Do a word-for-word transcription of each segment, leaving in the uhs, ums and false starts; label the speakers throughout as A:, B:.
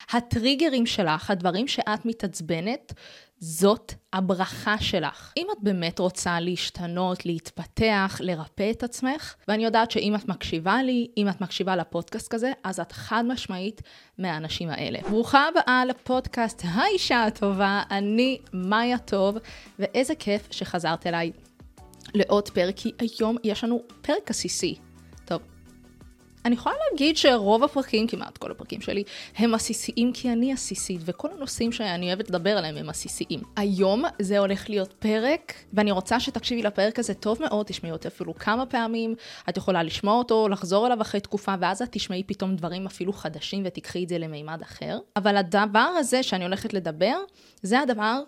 A: הטריגרים שלך, הדברים שאת מתעצבנת, זאת הברכה שלך. אם את באמת רוצה להשתנות, להתפתח, לרפא את עצמך, ואני יודעת שאם את מקשיבה לי, אם את מקשיבה לפודקאסט כזה, אז את חד משמעית מהאנשים האלה. ברוכה הבאה לפודקאסט האישה הטובה, אני מאיה טוב, ואיזה כיף שחזרת אליי לעוד פרק, כי היום יש לנו פרק עסיסי. טוב, אני יכולה להגיד שרוב הפרקים, כמעט כל הפרקים שלי, הם עסיסיים כי אני עסיסית, וכל הנושאים שאני אוהבת לדבר עליהם הם עסיסיים. היום זה הולך להיות פרק, ואני רוצה שתקשיבי לפרק הזה טוב מאוד, תשמעי אותו אפילו כמה פעמים, את יכולה לשמוע אותו, לחזור אליו אחרי תקופה, ואז את תשמעי פתאום דברים אפילו חדשים, ותקחי את זה למימד אחר. אבל הדבר הזה שאני הולכת לדבר, זה הדבר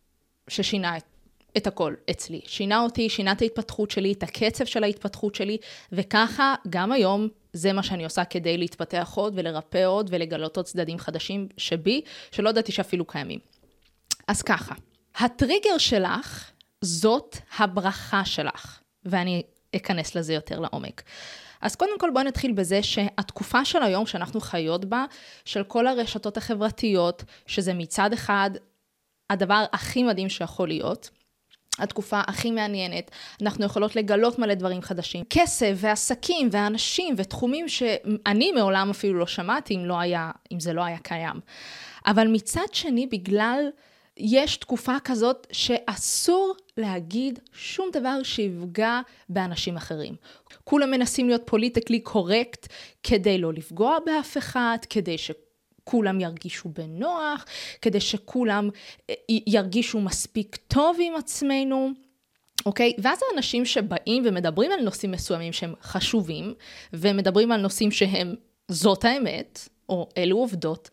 A: ששינה את את הכל אצלי. שינה אותי, שינה את ההתפתחות שלי, את הקצב של ההתפתחות שלי, וככה גם היום זה מה שאני עושה כדי להתפתח עוד ולרפא עוד ולגלות עוד צדדים חדשים שבי, שלא ידעתי שאפילו קיימים. אז ככה, הטריגר שלך זאת הברכה שלך, ואני אכנס לזה יותר לעומק. אז קודם כל בואי נתחיל בזה שהתקופה של היום שאנחנו חיות בה, של כל הרשתות החברתיות, שזה מצד אחד הדבר הכי מדהים שיכול להיות, התקופה הכי מעניינת, אנחנו יכולות לגלות מלא דברים חדשים. כסף ועסקים ואנשים ותחומים שאני מעולם אפילו לא שמעתי אם, לא היה, אם זה לא היה קיים. אבל מצד שני, בגלל יש תקופה כזאת שאסור להגיד שום דבר שיפגע באנשים אחרים. כולם מנסים להיות פוליטיקלי קורקט כדי לא לפגוע באף אחד, כדי ש... כולם ירגישו בנוח, כדי שכולם ירגישו מספיק טוב עם עצמנו, אוקיי? ואז האנשים שבאים ומדברים על נושאים מסוימים שהם חשובים, ומדברים על נושאים שהם זאת האמת, או אלו עובדות,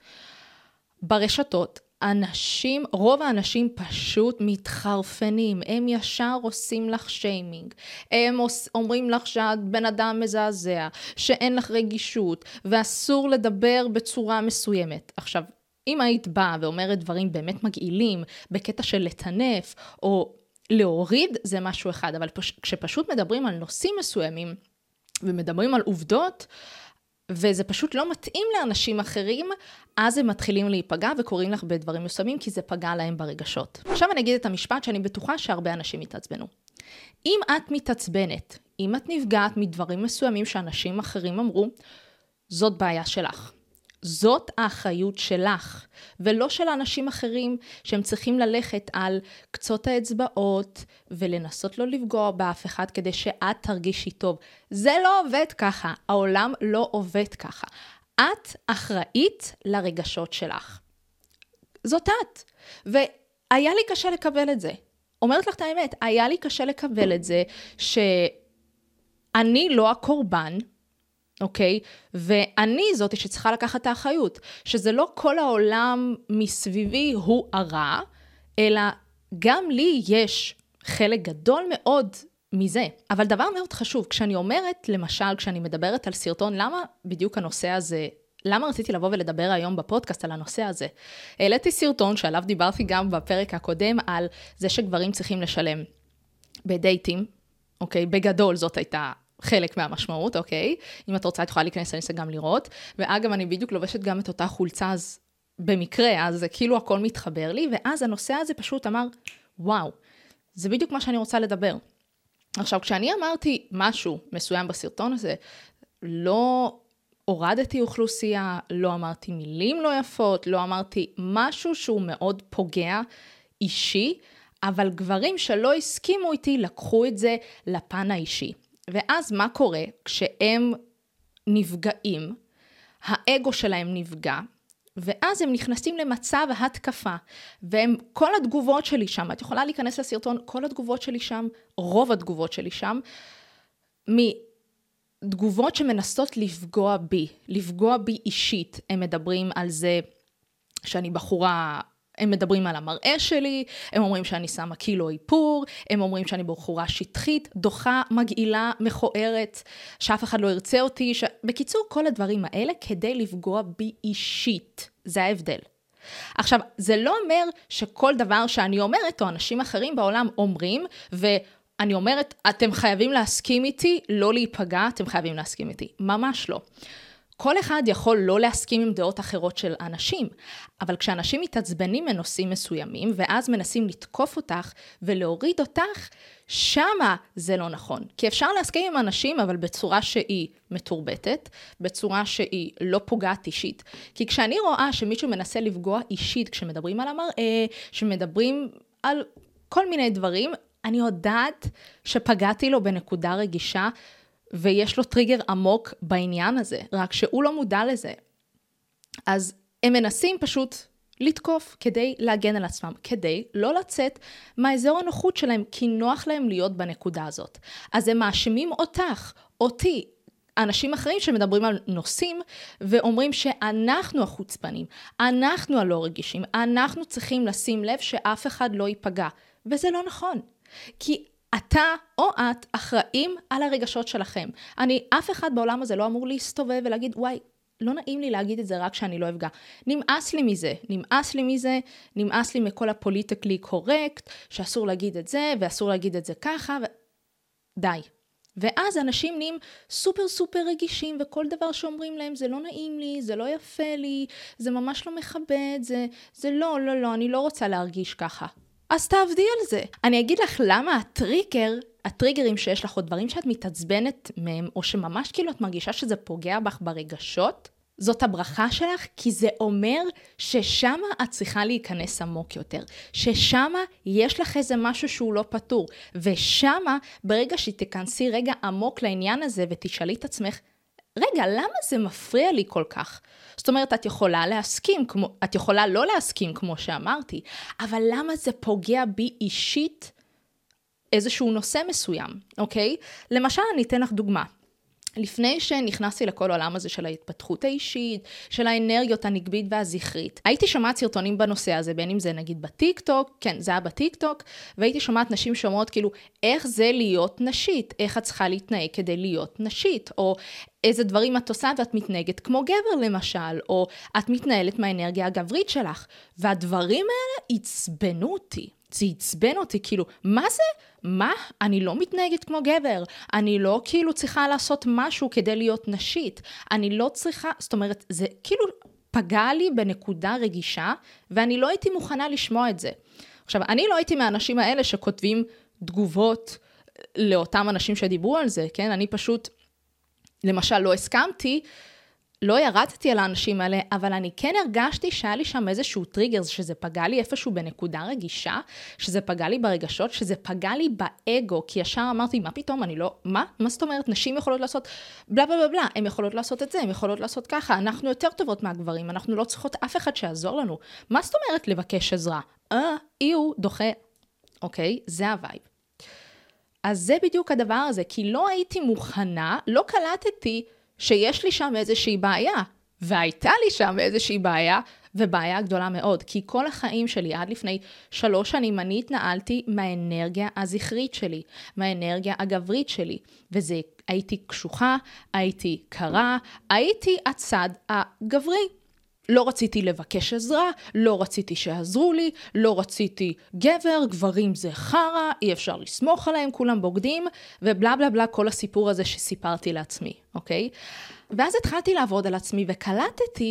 A: ברשתות, אנשים, רוב האנשים פשוט מתחרפנים, הם ישר עושים לך שיימינג, הם אומרים לך שאת בן אדם מזעזע, שאין לך רגישות, ואסור לדבר בצורה מסוימת. עכשיו, אם היית באה ואומרת דברים באמת מגעילים, בקטע של לטנף, או להוריד, זה משהו אחד, אבל כשפשוט מדברים על נושאים מסוימים, ומדברים על עובדות, וזה פשוט לא מתאים לאנשים אחרים, אז הם מתחילים להיפגע וקוראים לך בדברים מסוימים, כי זה פגע להם ברגשות. עכשיו אני אגיד את המשפט שאני בטוחה שהרבה אנשים מתעצבנו. אם את מתעצבנת, אם את נפגעת מדברים מסוימים שאנשים אחרים אמרו, זאת בעיה שלך. זאת האחריות שלך, ולא של אנשים אחרים שהם צריכים ללכת על קצות האצבעות ולנסות לא לפגוע באף אחד כדי שאת תרגישי טוב. זה לא עובד ככה, העולם לא עובד ככה. את אחראית לרגשות שלך. זאת את. והיה לי קשה לקבל את זה. אומרת לך את האמת, היה לי קשה לקבל את זה שאני לא הקורבן, אוקיי? ואני זאת שצריכה לקחת את האחריות, שזה לא כל העולם מסביבי הוא הרע, אלא גם לי יש חלק גדול מאוד מזה. אבל דבר מאוד חשוב, כשאני אומרת, למשל, כשאני מדברת על סרטון, למה בדיוק הנושא הזה, למה רציתי לבוא ולדבר היום בפודקאסט על הנושא הזה? העליתי סרטון שעליו דיברתי גם בפרק הקודם, על זה שגברים צריכים לשלם בדייטים, אוקיי? בגדול זאת הייתה חלק מהמשמעות, אוקיי? אם את רוצה, את יכולה להיכנס לאינסטגרם לראות. ואגב, אני בדיוק לובשת גם את אותה חולצה, אז במקרה, אז זה כאילו הכל מתחבר לי, ואז הנושא הזה פשוט אמר, וואו, זה בדיוק מה שאני רוצה לדבר. עכשיו, כשאני אמרתי משהו מסוים בסרטון הזה, לא הורדתי אוכלוסייה, לא אמרתי מילים לא יפות, לא אמרתי משהו שהוא מאוד פוגע אישי, אבל גברים שלא הסכימו איתי לקחו את זה לפן האישי. ואז מה קורה כשהם נפגעים, האגו שלהם נפגע, ואז הם נכנסים למצב התקפה, והם, כל התגובות שלי שם, את יכולה להיכנס לסרטון, כל התגובות שלי שם, רוב התגובות שלי שם, מתגובות שמנסות לפגוע בי, לפגוע בי אישית. הם מדברים על זה שאני בחורה, הם מדברים על המראה שלי, הם אומרים שאני שמה קילו איפור, הם אומרים שאני בחורה שטחית, דוחה, מגעילה, מכוערת, שאף אחד לא ירצה אותי. ש... בקיצור, כל הדברים האלה כדי לפגוע בי אישית. זה ההבדל. עכשיו, זה לא אומר שכל דבר שאני אומרת, או אנשים אחרים בעולם אומרים, ואני אומרת, אתם חייבים להסכים איתי, לא להיפגע, אתם חייבים להסכים איתי. ממש לא. כל אחד יכול לא להסכים עם דעות אחרות של אנשים, אבל כשאנשים מתעצבנים מנושאים מסוימים, ואז מנסים לתקוף אותך ולהוריד אותך, שמה זה לא נכון. כי אפשר להסכים עם אנשים, אבל בצורה שהיא מתורבתת, בצורה שהיא לא פוגעת אישית. כי כשאני רואה שמישהו מנסה לפגוע אישית, כשמדברים על המראה, שמדברים על כל מיני דברים, אני יודעת שפגעתי לו בנקודה רגישה, ויש לו טריגר עמוק בעניין הזה, רק שהוא לא מודע לזה. אז הם מנסים פשוט לתקוף כדי להגן על עצמם, כדי לא לצאת מהאזור הנוחות שלהם, כי נוח להם להיות בנקודה הזאת. אז הם מאשימים אותך, אותי, אנשים אחרים שמדברים על נושאים, ואומרים שאנחנו החוצפנים, אנחנו הלא רגישים, אנחנו צריכים לשים לב שאף אחד לא ייפגע. וזה לא נכון. כי אתה או את אחראים על הרגשות שלכם. אני, אף אחד בעולם הזה לא אמור להסתובב ולהגיד, וואי, לא נעים לי להגיד את זה רק שאני לא אפגע. נמאס לי מזה, נמאס לי מזה, נמאס לי מכל הפוליטיקלי קורקט, שאסור להגיד את זה, ואסור להגיד את זה ככה, ו... די. ואז אנשים נהיים סופר סופר רגישים, וכל דבר שאומרים להם, זה לא נעים לי, זה לא יפה לי, זה ממש לא מכבד, זה, זה לא, לא, לא, אני לא רוצה להרגיש ככה. אז תעבדי על זה. אני אגיד לך למה הטריגר, הטריגרים שיש לך, או דברים שאת מתעצבנת מהם, או שממש כאילו את מרגישה שזה פוגע בך ברגשות, זאת הברכה שלך, כי זה אומר ששמה את צריכה להיכנס עמוק יותר. ששמה יש לך איזה משהו שהוא לא פתור. ושמה, ברגע שתיכנסי רגע עמוק לעניין הזה, ותשאלי את עצמך, רגע, למה זה מפריע לי כל כך? זאת אומרת, את יכולה להסכים, כמו, את יכולה לא להסכים כמו שאמרתי, אבל למה זה פוגע בי אישית איזשהו נושא מסוים, אוקיי? למשל, אני אתן לך דוגמה. לפני שנכנסתי לכל העולם הזה של ההתפתחות האישית, של האנרגיות הנגבית והזכרית, הייתי שומעת סרטונים בנושא הזה, בין אם זה נגיד בטיק טוק, כן, זה היה בטיק טוק, והייתי שומעת נשים שאומרות כאילו, איך זה להיות נשית, איך את צריכה להתנהג כדי להיות נשית, או איזה דברים את עושה ואת מתנהגת כמו גבר למשל, או את מתנהלת מהאנרגיה הגברית שלך, והדברים האלה עצבנו אותי. זה עצבן אותי, כאילו, מה זה? מה? אני לא מתנהגת כמו גבר. אני לא כאילו צריכה לעשות משהו כדי להיות נשית. אני לא צריכה, זאת אומרת, זה כאילו פגע לי בנקודה רגישה, ואני לא הייתי מוכנה לשמוע את זה. עכשיו, אני לא הייתי מהאנשים האלה שכותבים תגובות לאותם אנשים שדיברו על זה, כן? אני פשוט, למשל, לא הסכמתי, לא ירדתי על האנשים האלה, אבל אני כן הרגשתי שהיה לי שם איזשהו טריגר, שזה פגע לי איפשהו בנקודה רגישה, שזה פגע לי ברגשות, שזה פגע לי באגו, כי ישר אמרתי, מה פתאום, אני לא, מה? מה זאת אומרת? נשים יכולות לעשות בלה בלה בלה, הן יכולות לעשות את זה, הן יכולות לעשות ככה, אנחנו יותר טובות מהגברים, אנחנו לא צריכות אף אחד שיעזור לנו. מה זאת אומרת לבקש עזרה? אה, איו, דוחה. אוקיי, זה הווייב. אז זה בדיוק הדבר הזה, כי לא הייתי מוכנה, לא קלטתי שיש לי שם איזושהי בעיה, והייתה לי שם איזושהי בעיה, ובעיה גדולה מאוד, כי כל החיים שלי עד לפני שלוש שנים אני התנהלתי מהאנרגיה הזכרית שלי, מהאנרגיה הגברית שלי, וזה הייתי קשוחה, הייתי קרה, הייתי הצד הגברי. לא רציתי לבקש עזרה, לא רציתי שיעזרו לי, לא רציתי גבר, גברים זה חרה, אי אפשר לסמוך עליהם, כולם בוגדים, ובלה בלה בלה כל הסיפור הזה שסיפרתי לעצמי, אוקיי? ואז התחלתי לעבוד על עצמי וקלטתי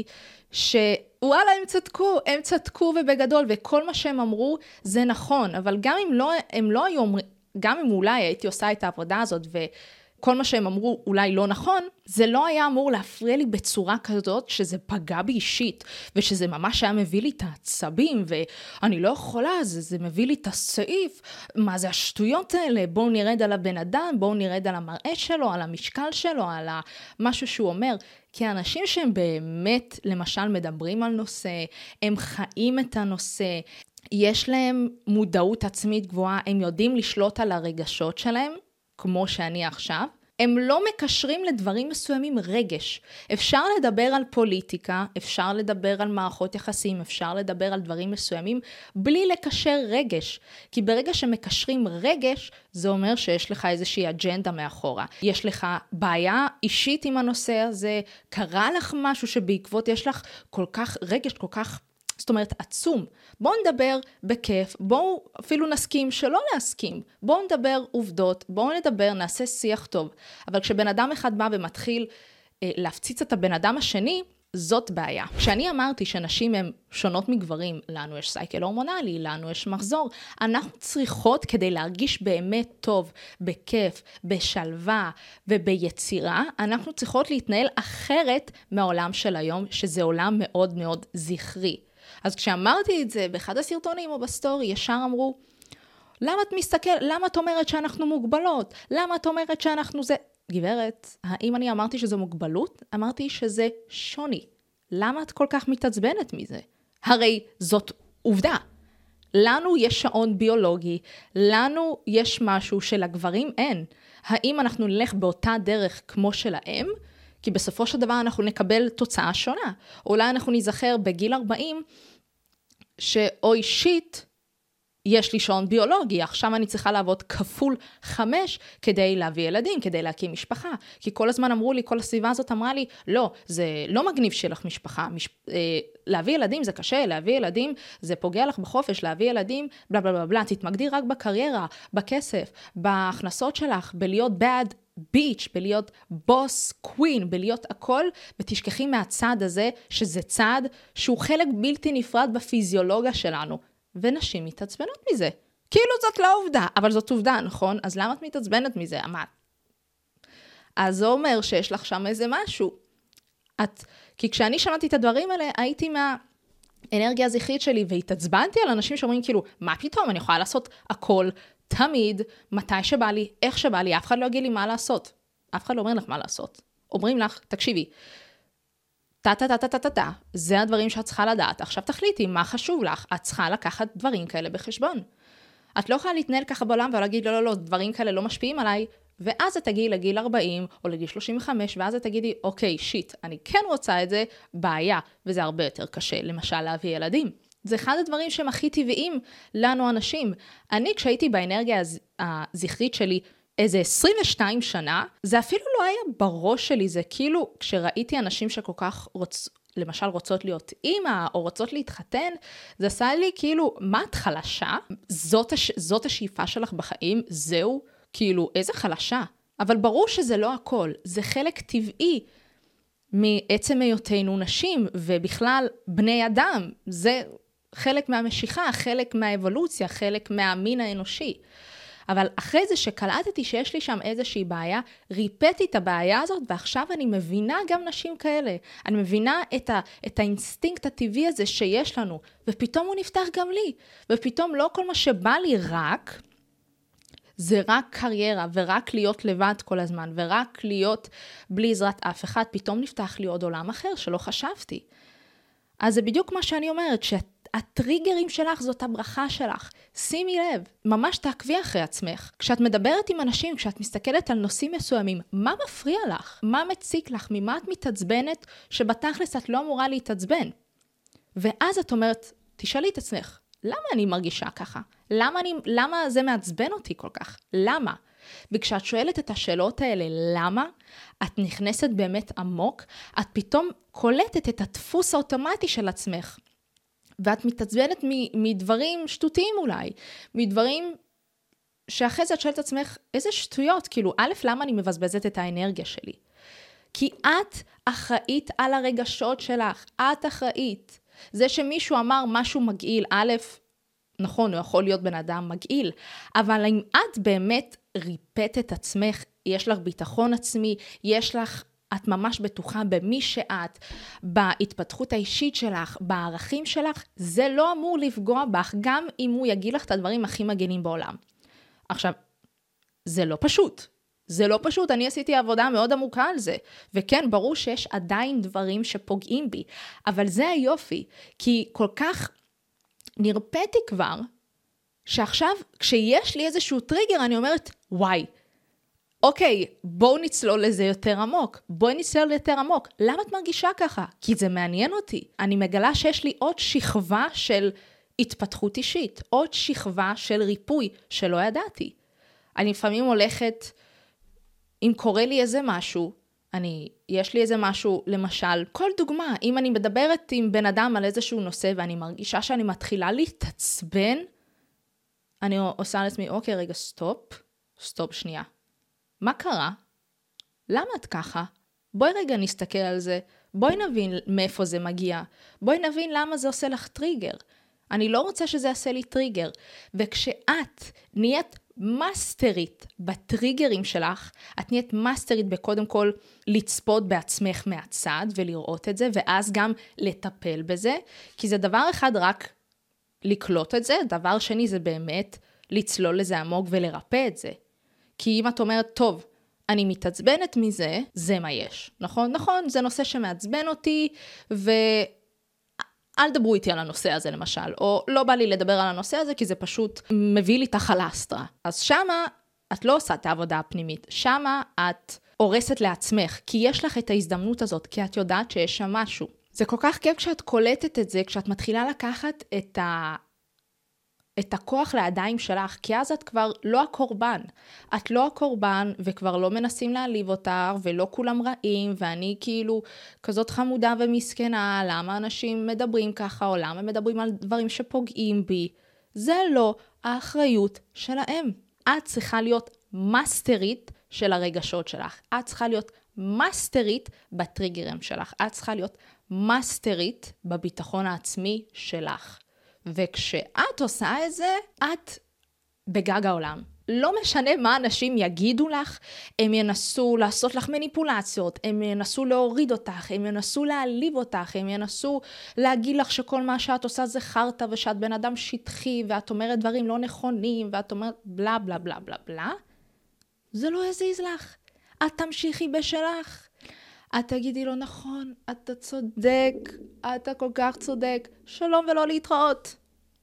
A: שוואלה הם צדקו, הם צדקו ובגדול, וכל מה שהם אמרו זה נכון, אבל גם אם לא, הם לא היו אומרים, גם אם אולי הייתי עושה את העבודה הזאת ו... כל מה שהם אמרו אולי לא נכון, זה לא היה אמור להפריע לי בצורה כזאת שזה פגע בי אישית, ושזה ממש היה מביא לי את העצבים, ואני לא יכולה, זה, זה מביא לי את הסעיף, מה זה השטויות האלה, בואו נרד על הבן אדם, בואו נרד על המראה שלו, על המשקל שלו, על משהו שהוא אומר, כי האנשים שהם באמת, למשל, מדברים על נושא, הם חיים את הנושא, יש להם מודעות עצמית גבוהה, הם יודעים לשלוט על הרגשות שלהם, כמו שאני עכשיו, הם לא מקשרים לדברים מסוימים רגש. אפשר לדבר על פוליטיקה, אפשר לדבר על מערכות יחסים, אפשר לדבר על דברים מסוימים, בלי לקשר רגש. כי ברגע שמקשרים רגש, זה אומר שיש לך איזושהי אג'נדה מאחורה. יש לך בעיה אישית עם הנושא הזה, קרה לך משהו שבעקבות יש לך כל כך רגש, כל כך זאת אומרת, עצום. בואו נדבר בכיף, בואו אפילו נסכים שלא להסכים. בואו נדבר עובדות, בואו נדבר, נעשה שיח טוב. אבל כשבן אדם אחד בא ומתחיל להפציץ את הבן אדם השני, זאת בעיה. כשאני אמרתי שנשים הן שונות מגברים, לנו יש סייקל הורמונלי, לנו יש מחזור, אנחנו צריכות כדי להרגיש באמת טוב, בכיף, בשלווה וביצירה, אנחנו צריכות להתנהל אחרת מהעולם של היום, שזה עולם מאוד מאוד זכרי. אז כשאמרתי את זה באחד הסרטונים או בסטורי, ישר אמרו, למה את מסתכל, למה את אומרת שאנחנו מוגבלות? למה את אומרת שאנחנו זה? גברת, האם אני אמרתי שזו מוגבלות? אמרתי שזה שוני. למה את כל כך מתעצבנת מזה? הרי זאת עובדה. לנו יש שעון ביולוגי, לנו יש משהו שלגברים אין. האם אנחנו נלך באותה דרך כמו שלהם? כי בסופו של דבר אנחנו נקבל תוצאה שונה. אולי אנחנו נזכר בגיל ארבעים, שאוי שיט, יש לי שעון ביולוגי, עכשיו אני צריכה לעבוד כפול חמש כדי להביא ילדים, כדי להקים משפחה. כי כל הזמן אמרו לי, כל הסביבה הזאת אמרה לי, לא, זה לא מגניב שלך משפחה. מש... אה, להביא ילדים זה קשה, להביא ילדים זה פוגע לך בחופש, להביא ילדים, בלה בלה בלה בלה, תתמקדי רק בקריירה, בכסף, בהכנסות שלך, בלהיות bad bitch, בלהיות boss queen, בלהיות הכל, ותשכחי מהצד הזה, שזה צד שהוא חלק בלתי נפרד בפיזיולוגיה שלנו. ונשים מתעצבנות מזה. כאילו זאת לא עובדה, אבל זאת עובדה, נכון? אז למה את מתעצבנת מזה? מה? אז זה אומר שיש לך שם איזה משהו. את, כי כשאני שמעתי את הדברים האלה, הייתי מהאנרגיה הזכרית שלי, והתעצבנתי על אנשים שאומרים כאילו, מה פתאום? אני יכולה לעשות הכל, תמיד, מתי שבא לי, איך שבא לי, אף אחד לא יגיד לי מה לעשות. אף אחד לא אומר לך מה לעשות. אומרים לך, תקשיבי, טה-טה-טה-טה-טה-טה, זה הדברים שאת צריכה לדעת. עכשיו תחליטי מה חשוב לך. את צריכה לקחת דברים כאלה בחשבון. את לא יכולה להתנהל ככה בעולם ולהגיד, לא, לא, לא, דברים כאלה לא משפיעים עליי, ואז את תגיעי לגיל ארבעים או לגיל שלושים וחמש, ואז את תגידי, אוקיי, שיט, אני כן רוצה את זה, בעיה, וזה הרבה יותר קשה, למשל להביא ילדים. זה אחד הדברים שהם הכי טבעיים לנו אנשים. אני, כשהייתי באנרגיה הזכרית שלי, איזה עשרים ושתיים שנה, זה אפילו לא היה בראש שלי, זה כאילו כשראיתי אנשים שכל כך רוצ, למשל רוצות להיות אימא, או רוצות להתחתן, זה עשה לי כאילו, מה את חלשה? זאת, הש, זאת השאיפה שלך בחיים? זהו? כאילו, איזה חלשה? אבל ברור שזה לא הכל, זה חלק טבעי מעצם היותנו נשים, ובכלל בני אדם, זה חלק מהמשיכה, חלק מהאבולוציה, חלק מהמין האנושי. אבל אחרי זה שקלטתי שיש לי שם איזושהי בעיה, ריפאתי את הבעיה הזאת, ועכשיו אני מבינה גם נשים כאלה. אני מבינה את, ה, את האינסטינקט הטבעי הזה שיש לנו, ופתאום הוא נפתח גם לי. ופתאום לא כל מה שבא לי רק, זה רק קריירה, ורק להיות לבד כל הזמן, ורק להיות בלי עזרת אף אחד, פתאום נפתח לי עוד עולם אחר שלא חשבתי. אז זה בדיוק מה שאני אומרת, שאת, הטריגרים שלך זאת הברכה שלך. שימי לב, ממש תעקבי אחרי עצמך. כשאת מדברת עם אנשים, כשאת מסתכלת על נושאים מסוימים, מה מפריע לך? מה מציק לך? ממה את מתעצבנת שבתכלס את לא אמורה להתעצבן? ואז את אומרת, תשאלי את עצמך, למה אני מרגישה ככה? למה, אני, למה זה מעצבן אותי כל כך? למה? וכשאת שואלת את השאלות האלה, למה? את נכנסת באמת עמוק, את פתאום קולטת את הדפוס האוטומטי של עצמך. ואת מתעצבנת מדברים שטותיים אולי, מדברים שאחרי זה את שואלת את עצמך, איזה שטויות, כאילו, א', למה אני מבזבזת את האנרגיה שלי? כי את אחראית על הרגשות שלך, את אחראית. זה שמישהו אמר משהו מגעיל, א', נכון, הוא יכול להיות בן אדם מגעיל, אבל אם את באמת ריפאת את עצמך, יש לך ביטחון עצמי, יש לך, את ממש בטוחה במי שאת, בהתפתחות האישית שלך, בערכים שלך, זה לא אמור לפגוע בך, גם אם הוא יגיד לך את הדברים הכי מגעילים בעולם. עכשיו, זה לא פשוט. זה לא פשוט, אני עשיתי עבודה מאוד עמוקה על זה, וכן, ברור שיש עדיין דברים שפוגעים בי, אבל זה היופי, כי כל כך נרפאתי כבר, שעכשיו, כשיש לי איזשהו טריגר, אני אומרת, וואי, אוקיי, בואו נצלול לזה יותר עמוק, בואי נצלול יותר עמוק. למה את מרגישה ככה? כי זה מעניין אותי. אני מגלה שיש לי עוד שכבה של התפתחות אישית, עוד שכבה של ריפוי שלא ידעתי. אני לפעמים הולכת, אם קורה לי איזה משהו, אני, יש לי איזה משהו, למשל, כל דוגמה, אם אני מדברת עם בן אדם על איזשהו נושא, ואני מרגישה שאני מתחילה להתעצבן, אני עושה לעצמי, אוקיי, רגע, סטופ, סטופ שנייה. מה קרה? למה את ככה? בואי רגע נסתכל על זה, בואי נבין מאיפה זה מגיע, בואי נבין למה זה עושה לך טריגר. אני לא רוצה שזה יעשה לי טריגר, וכשאת נהיית מאסטרית בטריגרים שלך, את נהיית מאסטרית בקודם כל לצפות בעצמך מהצד ולראות את זה, ואז גם לטפל בזה, כי זה דבר אחד רק לקלוט את זה, דבר שני זה באמת לצלול לזה עמוק ולרפא את זה. כי אם את אומרת, טוב, אני מתעצבנת מזה, זה מה יש. נכון? נכון, זה נושא שמעצבן אותי, ואל דברו איתי על הנושא הזה למשל, או לא בא לי לדבר על הנושא הזה, כי זה פשוט מביא לי את החלסטרה. אז שמה את לא עושה את העבודה הפנימית, שמה את הורסת לעצמך, כי יש לך את ההזדמנות הזאת, כי את יודעת שיש שם משהו. זה כל כך כיף כשאת קולטת את זה, כשאת מתחילה לקחת את ה... את הכוח לידיים שלך, כי אז את כבר לא הקורבן. את לא הקורבן, וכבר לא מנסים להעליב אותך, ולא כולם רעים, ואני כאילו כזאת חמודה ומסכנה, למה אנשים מדברים ככה, או למה מדברים על דברים שפוגעים בי. זה לא האחריות שלהם. את צריכה להיות מאסטרית של הרגשות שלך. את צריכה להיות מאסטרית בטריגרים שלך. את צריכה להיות מאסטרית בביטחון העצמי שלך. וכשאת עושה את זה, את בגג העולם. לא משנה מה אנשים יגידו לך, הם ינסו לעשות לך מניפולציות, הם ינסו להוריד אותך, הם ינסו להעליב אותך, הם ינסו להגיד לך שכל מה שאת עושה זה חרטה, ושאת בן אדם שטחי, ואת אומרת דברים לא נכונים, ואת אומרת בלה בלה בלה בלה בלה. זה לא יזיז לך. את תמשיכי בשלך. את תגידי לו, נכון, אתה צודק, אתה כל כך צודק, שלום ולא להתראות.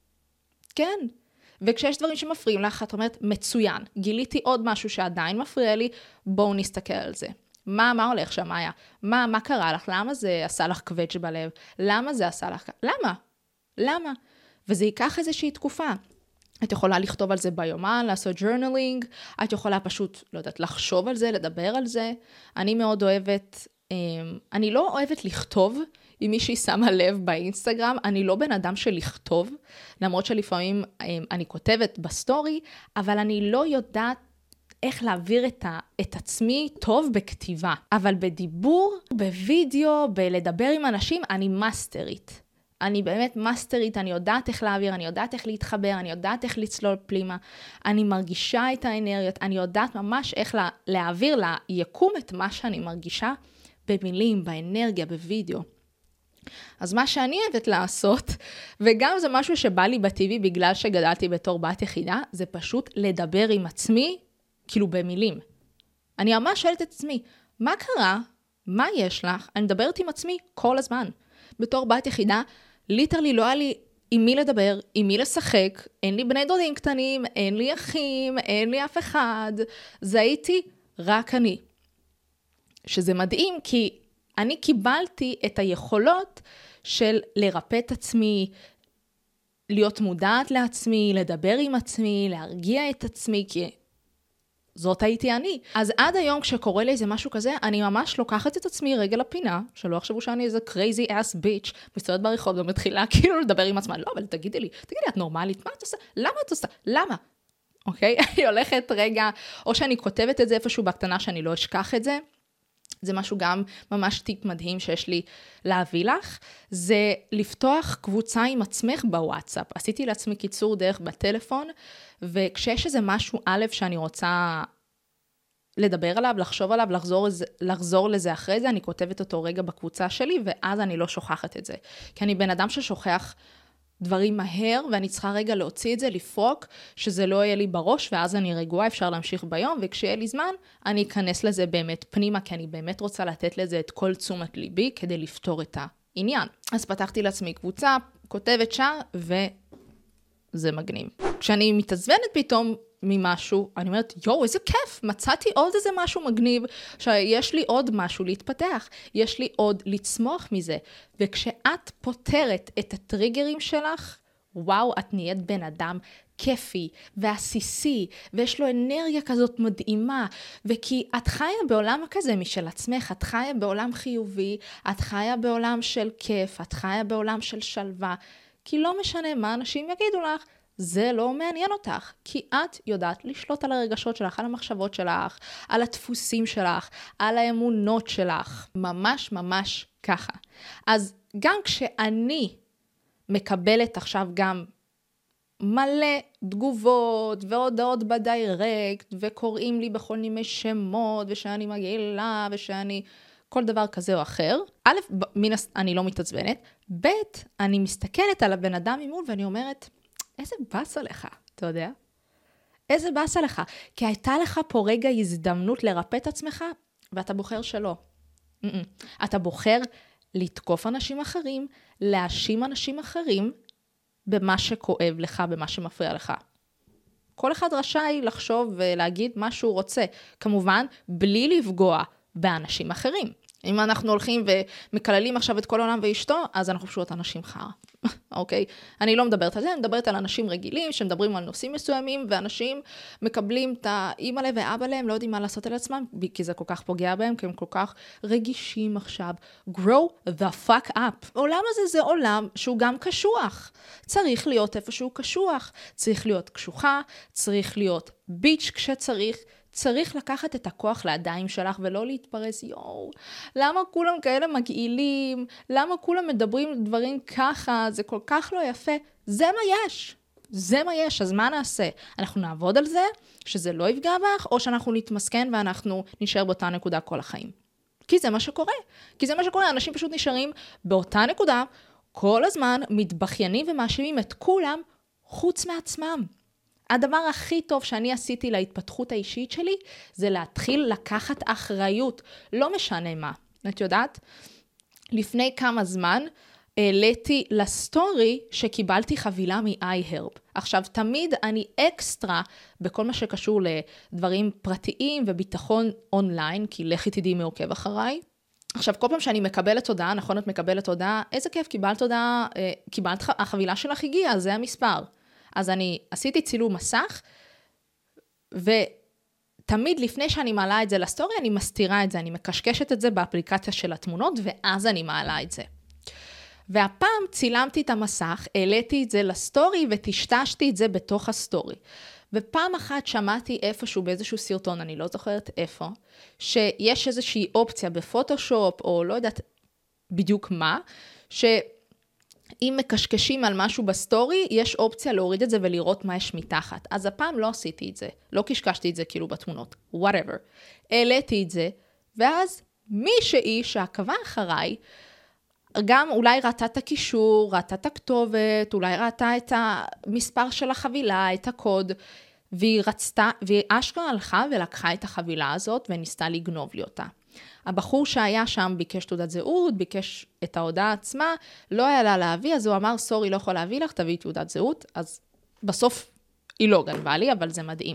A: כן. וכשיש דברים שמפריעים לך, את אומרת, מצוין, גיליתי עוד משהו שעדיין מפריע לי, בואו נסתכל על זה. מה, מה הולך שם, היה? מה, מה קרה לך? למה זה עשה לך קווץ' בלב? למה זה עשה לך? למה? למה? וזה ייקח איזושהי תקופה. את יכולה לכתוב על זה ביומן, לעשות journaling, את יכולה פשוט, לא יודעת, לחשוב על זה, לדבר על זה. אני מאוד אוהבת, אני לא אוהבת לכתוב, אם מישהי שמה לב באינסטגרם, אני לא בן אדם של לכתוב, למרות שלפעמים אני כותבת בסטורי, אבל אני לא יודעת איך להעביר את, ה, את עצמי טוב בכתיבה. אבל בדיבור, בווידאו, בלדבר עם אנשים, אני מאסטרית. אני באמת מאסטרית, אני יודעת איך להעביר, אני יודעת איך להתחבר, אני יודעת איך לצלול פלימה, אני מרגישה את האנרגיות, אני יודעת ממש איך לה, להעביר ליקום את מה שאני מרגישה במילים, באנרגיה, בווידאו. אז מה שאני אוהבת לעשות, וגם זה משהו שבא לי בטבעי בגלל שגדלתי בתור בת יחידה, זה פשוט לדבר עם עצמי, כאילו במילים. אני ממש שואלת את עצמי, מה קרה? מה יש לך? אני מדברת עם עצמי כל הזמן. בתור בת יחידה, ליטרלי לא היה לי עם מי לדבר, עם מי לשחק, אין לי בני דודים קטנים, אין לי אחים, אין לי אף אחד, זה הייתי רק אני. שזה מדהים, כי אני קיבלתי את היכולות של לרפא את עצמי, להיות מודעת לעצמי, לדבר עם עצמי, להרגיע את עצמי, כי זאת הייתי אני. אז עד היום כשקורה לי איזה משהו כזה, אני ממש לוקחת את עצמי רגע לפינה, שלא יחשבו שאני איזה crazy ass bitch, מסתובבת ברחוב ומתחילה כאילו לדבר עם עצמה. לא, אבל תגידי לי, תגידי לי, את נורמלית? מה את עושה? למה את עושה? למה? אוקיי? אני הולכת רגע, או שאני כותבת את זה איפשהו בקטנה שאני לא אשכח את זה. זה משהו גם ממש טיפ מדהים שיש לי להביא לך, זה לפתוח קבוצה עם עצמך בוואטסאפ. עשיתי לעצמי קיצור דרך בטלפון, וכשיש איזה משהו א' שאני רוצה לדבר עליו, לחשוב עליו, לחזור, לחזור לזה אחרי זה, אני כותבת אותו רגע בקבוצה שלי, ואז אני לא שוכחת את זה. כי אני בן אדם ששוכח דברים מהר, ואני צריכה רגע להוציא את זה, לפרוק, שזה לא יהיה לי בראש, ואז אני רגועה, אפשר להמשיך ביום, וכשיהיה לי זמן, אני אכנס לזה באמת פנימה, כי אני באמת רוצה לתת לזה את כל תשומת ליבי, כדי לפתור את העניין. אז פתחתי לעצמי קבוצה, כותבת שם, וזה מגניב. כשאני מתעצבנת פתאום ממשהו, אני אומרת, יו, איזה כיף, מצאתי עוד איזה משהו מגניב, שיש לי עוד משהו להתפתח, יש לי עוד לצמוח מזה, וכשאת פותרת את הטריגרים שלך, וואו, את נהיית בן אדם כיפי ועסיסי, ויש לו אנרגיה כזאת מדהימה, וכי את חיה בעולם כזה משל עצמך, את חיה בעולם חיובי, את חיה בעולם של כיף, את חיה בעולם של שלווה, כי לא משנה מה אנשים יגידו לך, זה לא מעניין אותך, כי את יודעת לשלוט על הרגשות שלך, על המחשבות שלך, על הדפוסים שלך, על האמונות שלך. ממש ממש ככה. אז גם כשאני מקבלת עכשיו גם מלא תגובות והודעות בדיירקט, וקוראים לי בכל מיני שמות, ושאני מגעילה, ושאני כל דבר כזה או אחר. א', מן אני לא מתעצבנת. ב', אני מסתכלת על הבן אדם ממול, ואני אומרת, איזה באסה לך, אתה יודע? איזה באסה לך. כי הייתה לך פה רגע הזדמנות לרפא את עצמך, ואתה בוחר שלא. אתה בוחר לתקוף אנשים אחרים, להאשים אנשים אחרים, במה שכואב לך, במה שמפריע לך. כל אחד רשאי לחשוב ולהגיד מה שהוא רוצה, כמובן, בלי לפגוע באנשים אחרים. אם אנחנו הולכים ומקללים עכשיו את כל העולם ואשתו, אז אנחנו פשוט אנשים חר. אוקיי? אני לא מדברת על זה, אני מדברת על אנשים רגילים, שמדברים על נושאים מסוימים, ואנשים מקבלים את האמא לב ואבא להם, לא יודעים מה לעשות על עצמם, כי זה כל כך פוגע בהם, כי הם כל כך רגישים עכשיו. Grow the fuck up. העולם הזה זה עולם שהוא גם קשוח. צריך להיות איפשהו קשוח. צריך להיות קשוחה, צריך להיות ביץ' כשצריך, צריך לקחת את הכוח לידיים שלך ולא להתפרס, יואו, למה כולם כאלה מגעילים? למה כולם מדברים דברים ככה? זה כל כך לא יפה. זה מה יש. זה מה יש. אז מה נעשה? אנחנו נעבוד על זה, שזה לא יפגע בך, או שאנחנו נתמסכן ואנחנו נשאר באותה נקודה כל החיים. כי זה מה שקורה. כי זה מה שקורה. אנשים פשוט נשארים באותה נקודה, כל הזמן מתבחיינים ומאשימים את כולם חוץ מעצמם. הדבר הכי טוב שאני עשיתי להתפתחות האישית שלי, זה להתחיל לקחת אחריות. לא משנה מה. את יודעת? לפני כמה זמן העליתי לסטורי שקיבלתי חבילה מ-iHerb. עכשיו, תמיד אני אקסטרה בכל מה שקשור לדברים פרטיים וביטחון אונליין, כי לכי תדעי מי עוקב אחריי. עכשיו, כל פעם שאני מקבלת הודעה, נכון, את מקבלת הודעה, איזה כיף, קיבלת הודעה, קיבלת, החבילה שלך הגיעה, זה המספר. אז אני עשיתי צילום מסך, ותמיד לפני שאני מעלה את זה לסטורי, אני מסתירה את זה, אני מקשקשת את זה באפליקציה של התמונות, ואז אני מעלה את זה. והפעם צילמתי את המסך, העליתי את זה לסטורי, וטשטשתי את זה בתוך הסטורי. ופעם אחת שמעתי איפשהו באיזשהו סרטון, אני לא זוכרת איפה, שיש איזושהי אופציה בפוטושופ, או לא יודעת בדיוק מה, ש... אם מקשקשים על משהו בסטורי, יש אופציה להוריד את זה ולראות מה יש מתחת. אז הפעם לא עשיתי את זה, לא קשקשתי את זה כאילו בתמונות, whatever. העליתי את זה, ואז מישהי שעקבה אחריי, גם אולי ראתה את הקישור, ראתה את הכתובת, אולי ראתה את המספר של החבילה, את הקוד, והיא רצתה, והיא אשכרה הלכה ולקחה את החבילה הזאת, וניסתה לגנוב לי אותה. הבחור שהיה שם ביקש תעודת זהות, ביקש את ההודעה עצמה, לא היה לה להביא, אז הוא אמר, סורי, לא יכול להביא לך, תביא תעודת זהות, אז בסוף היא לא גנבה לי, אבל זה מדהים.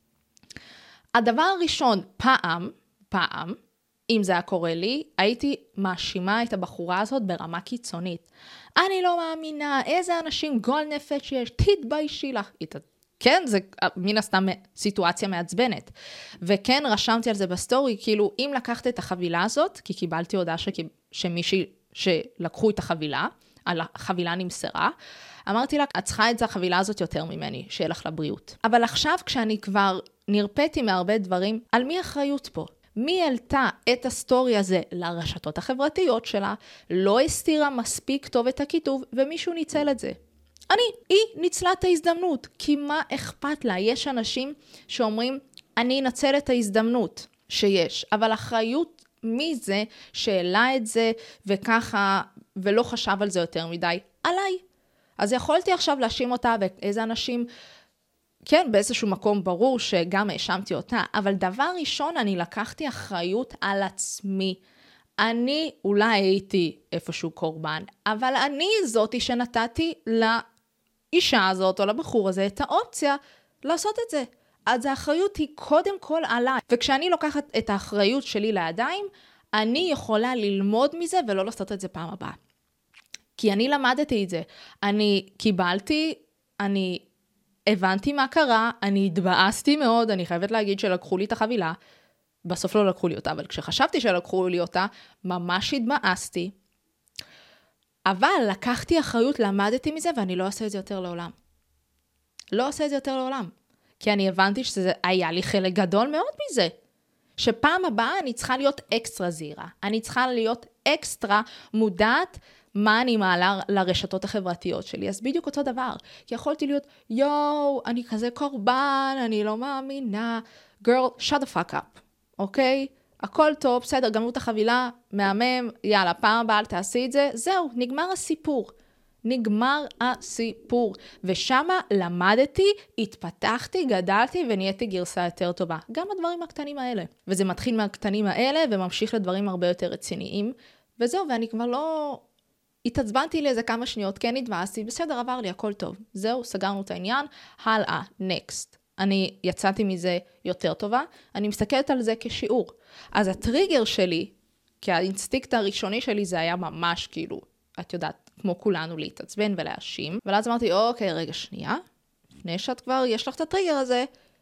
A: הדבר הראשון, פעם, פעם, אם זה היה קורה לי, הייתי מאשימה את הבחורה הזאת ברמה קיצונית. אני לא מאמינה, איזה אנשים גול נפש שיש, תתביישי לך. כן, זה מן הסתם סיטואציה מעצבנת. וכן, רשמתי על זה בסטורי, כאילו, אם לקחת את החבילה הזאת, כי קיבלתי הודעה שקיב... שמישהי שלקחו את החבילה, על החבילה נמסרה, אמרתי לה, את צריכה את זה, החבילה הזאת יותר ממני, שיהיה לך לבריאות. אבל עכשיו, כשאני כבר נרפאתי מהרבה דברים, על מי אחריות פה? מי העלתה את הסטורי הזה לרשתות החברתיות שלה, לא הסתירה מספיק טוב את הכיתוב, ומישהו ניצל את זה. אני, היא ניצלה את ההזדמנות, כי מה אכפת לה? יש אנשים שאומרים, אני אנצל את ההזדמנות שיש, אבל אחריות מי זה שאלה את זה וככה, ולא חשב על זה יותר מדי, עליי. אז יכולתי עכשיו להאשים אותה ואיזה אנשים, כן, באיזשהו מקום ברור שגם האשמתי אותה, אבל דבר ראשון, אני לקחתי אחריות על עצמי. אני אולי הייתי איפשהו קורבן, אבל אני זאתי שנתתי לאישה הזאת או לבחור הזה את האופציה לעשות את זה. אז האחריות היא קודם כל עליי. וכשאני לוקחת את האחריות שלי לידיים, אני יכולה ללמוד מזה ולא לעשות את זה פעם הבאה. כי אני למדתי את זה. אני קיבלתי, אני הבנתי מה קרה, אני התבאסתי מאוד, אני חייבת להגיד שלקחו לי את החבילה, בסוף לא לקחו לי אותה, אבל כשחשבתי שלקחו לי אותה, ממש התבאסתי. אבל לקחתי אחריות, למדתי מזה, ואני לא אעשה את זה יותר לעולם. לא עושה את זה יותר לעולם. כי אני הבנתי שזה היה לי חלק גדול מאוד מזה. שפעם הבאה אני צריכה להיות אקסטרה זהירה. אני צריכה להיות אקסטרה מודעת מה אני מעלה לרשתות החברתיות שלי. אז בדיוק אותו דבר. כי יכולתי להיות, יואו, אני כזה קורבן, אני לא מאמינה. girl, shut the fuck up. אוקיי? הכל טוב, בסדר, גמרו את החבילה, מהמם, יאללה, פעם הבאה אל תעשי את זה. זהו, נגמר הסיפור. נגמר הסיפור. ושמה למדתי, התפתחתי, גדלתי ונהייתי גרסה יותר טובה. גם הדברים הקטנים האלה. וזה מתחיל מהקטנים האלה וממשיך לדברים הרבה יותר רציניים. וזהו, ואני כבר לא... התעצבנתי לאיזה כמה שניות, כן התבאסתי, בסדר, עבר לי, הכל טוב. זהו, סגרנו את העניין, הלאה, next. אני יצאתי מזה יותר טובה, אני מסתכלת על זה כשיעור. אז הטריגר שלי, כי האינסטינקט הראשוני שלי זה היה ממש כאילו, את יודעת, כמו כולנו להתעצבן ולהאשים, ואז אמרתי, אוקיי, רגע שנייה, לפני שאת כבר, יש לך את הטריגר הזה,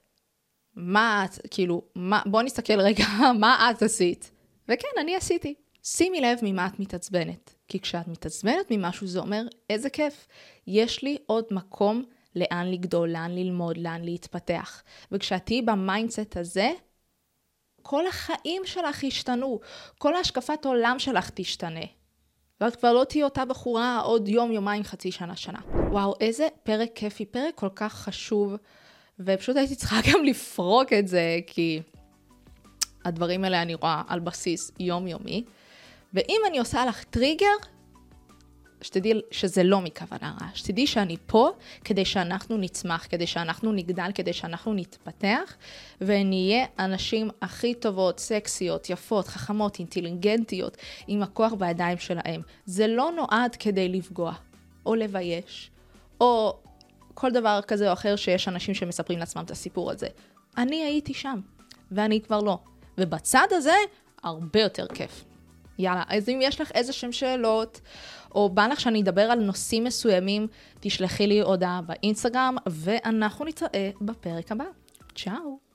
A: מה את, כאילו, מה, בוא נסתכל רגע, מה את עשית? וכן, אני עשיתי. שימי לב ממה את מתעצבנת, כי כשאת מתעצבנת ממשהו זה אומר, איזה כיף, יש לי עוד מקום לאן לגדול, לאן ללמוד, לאן להתפתח. וכשאת תהיי במיינדסט הזה, כל החיים שלך ישתנו, כל ההשקפת עולם שלך תשתנה. ואת כבר לא תהיי אותה בחורה עוד יום, יומיים, חצי שנה, שנה. וואו, איזה פרק כיפי, פרק כל כך חשוב, ופשוט הייתי צריכה גם לפרוק את זה, כי הדברים האלה אני רואה על בסיס יומיומי. ואם אני עושה לך טריגר, שתדעי שזה לא מכוונה רע, שתדעי שאני פה כדי שאנחנו נצמח, כדי שאנחנו נגדל, כדי שאנחנו נתפתח, ונהיה אנשים הכי טובות, סקסיות, יפות, חכמות, אינטליגנטיות, עם הכוח בידיים שלהם. זה לא נועד כדי לפגוע, או לבייש, או כל דבר כזה או אחר שיש אנשים שמספרים לעצמם את הסיפור הזה. אני הייתי שם, ואני כבר לא. ובצד הזה, הרבה יותר כיף. יאללה, אז אם יש לך איזה שם שאלות, או בא לך שאני אדבר על נושאים מסוימים, תשלחי לי הודעה באינסטגרם, ואנחנו נתראה בפרק הבא. צ'או!